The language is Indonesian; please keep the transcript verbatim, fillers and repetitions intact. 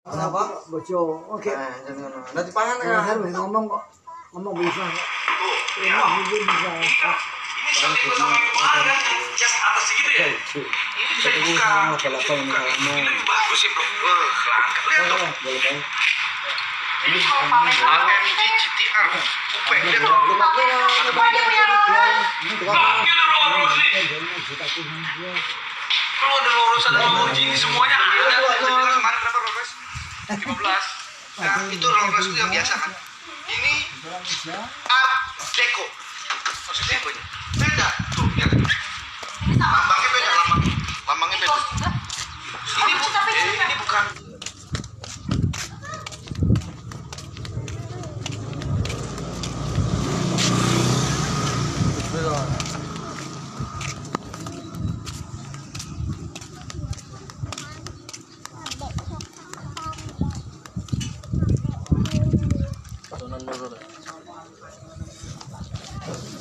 Kenapa? Bojo. Oke. Nah, jangan ngono. Nanti pangan Nah, kan. harus ngomong kok. Ngomong bisa kok. Ya. Ini bisa. Ini shotnya gue sama yang mahal kan, yang atas gitu ya. Ini bisa dibuka. Ini lebih bagus ya bro. Wah, langka. Lihat tuh. Ini A M G G T R. Upeng lihat tuh. Gila lurus nih. Kalau ada lurus ada Lamborghini semuanya ada. Kemarin berapa Rolls? lima belas. Nah, itu Rolls itu yang biasa kan. Ini Art Deco. Maksudnya apa ini? Beda. Tuh, lihat. Lambangnya beda, lambang. Lambangnya beda. Ini bukan, ini bukan. Bismillah.